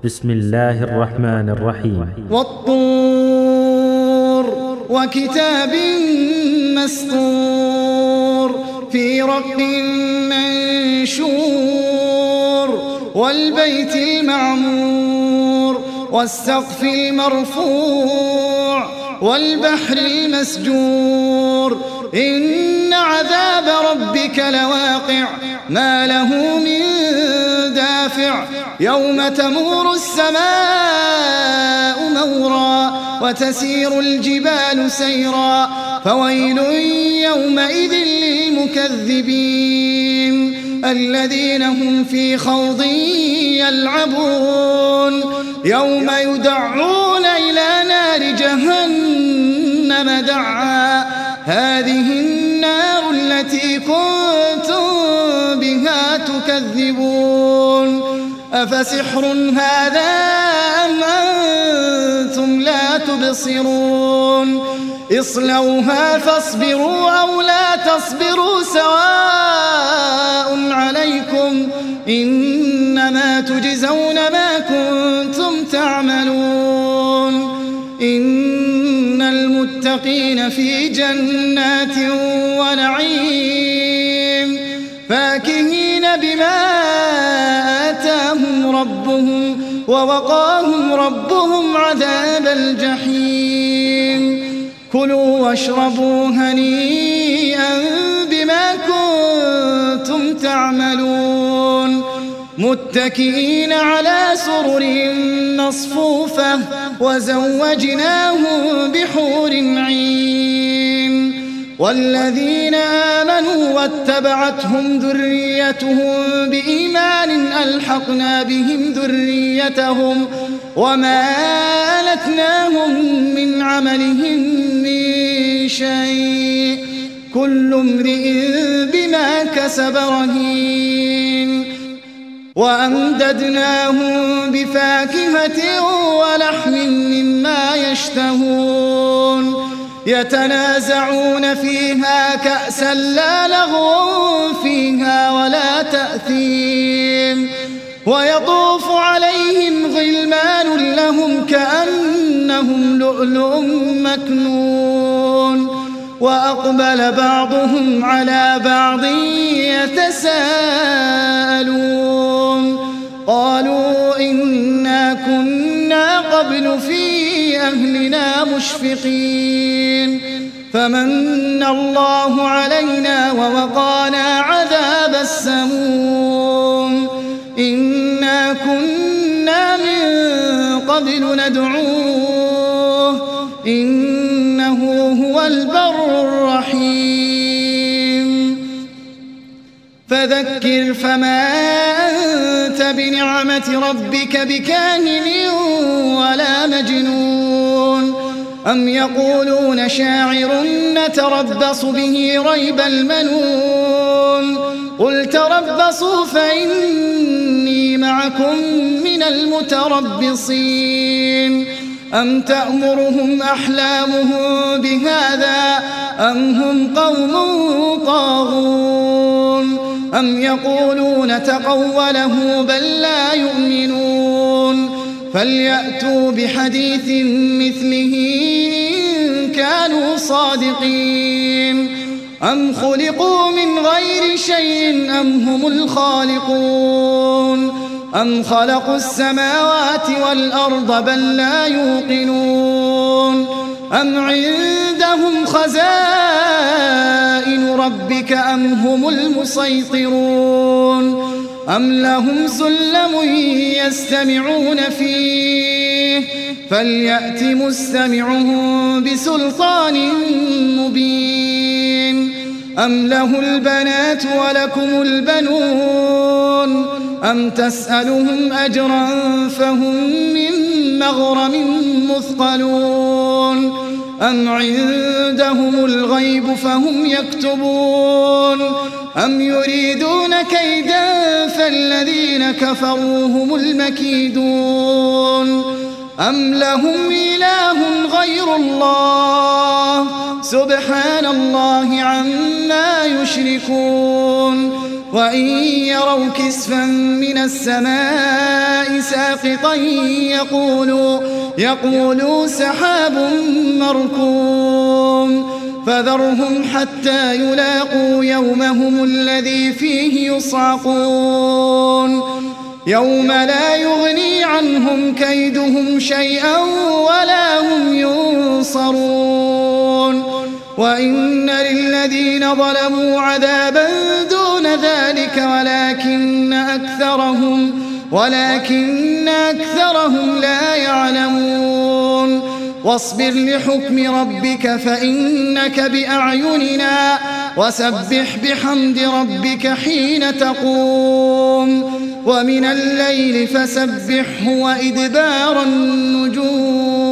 بسم الله الرحمن الرحيم. والطور وكتاب مسطور في رق منشور والبيت المعمور والسقف المرفوع والبحر المسجور إن عذاب ربك لواقع ما له من دافع يوم تمور السماء مورا وتسير الجبال سيرا فويل يومئذ للمكذبين الذين هم في خوض يلعبون يوم يدعون إلى نار جهنم دعا هذه النار التي كنتم بها تكذبون أفسحر هذا أم أنتم لا تبصرون اصلوها فاصبروا أو لا تصبروا سواء عليكم إنما تجزون ما كنتم تعملون إن المتقين في جنات ونعيم فاكهين بما آتاهم ربهم ووقاهم ربهم عذاب الجحيم كلوا واشربوا هنيئا بما كنتم تعملون متكئين على سرر مصفوفة وزوجناهم بحور عين والذين آمنوا واتبعتهم ذريتهم بإيمان ألحقنا بهم ذريتهم وما ألتناهم من عملهم من شيء كل امرئ بما كسب رهين وأمددناهم بفاكهة ولحم مما يشتهون يتنازعون فيها كأسا لا لغو فيها ولا تأثيم ويطوف عليهم غلمان لهم كأنهم لؤلؤ مكنون وأقبل بعضهم على بعض يتساءلون قالوا إنا كنا قبل في أهلنا مشفقين فمن الله علينا ووقانا عذاب السموم إنا كنا من قبل ندعوه إنه هو البر الرحيم فذكر فما أنت بنعمة ربك بكاهن ولا مجنون أم يقولون شاعر نتربص به ريب المنون قل تربصوا فإني معكم من المتربصين أم تأمرهم أحلامهم بهذا أم هم قوم طاغون أم يقولون تقوله بل لا يؤمنون فليأتوا بحديث مثله إن كانوا صادقين أم خلقوا من غير شيء أم هم الخالقون أم خلقوا السماوات والأرض بل لا يوقنون أم عندهم خزائن ربك أم هم المسيطرون أم لهم سلم يستمعون فيه فليأت مستمعهم بسلطان مبين أم له البنات ولكم البنون أم تسألهم أجرا فهم من مغرم مثقلون أم عندهم الغيب فهم يكتبون أم يريدون كيدا فالذين كفروا هم المكيدون أم لهم إله غير الله سبحان الله عما يشركون وإن يروا كسفا من السماء ساقطا يقولوا سحاب مركوم فذرهم حتى يلاقوا يومهم الذي فيه يصعقون يوم لا يغني عنهم كيدهم شيئا ولا هم ينصرون وإن للذين ظلموا عذابا دون ذلك ولكن أكثرهم لا يعلمون واصبر لحكم ربك فإنك بأعيننا وسبح بحمد ربك حين تقوم ومن الليل فسبحه وإدبار النجوم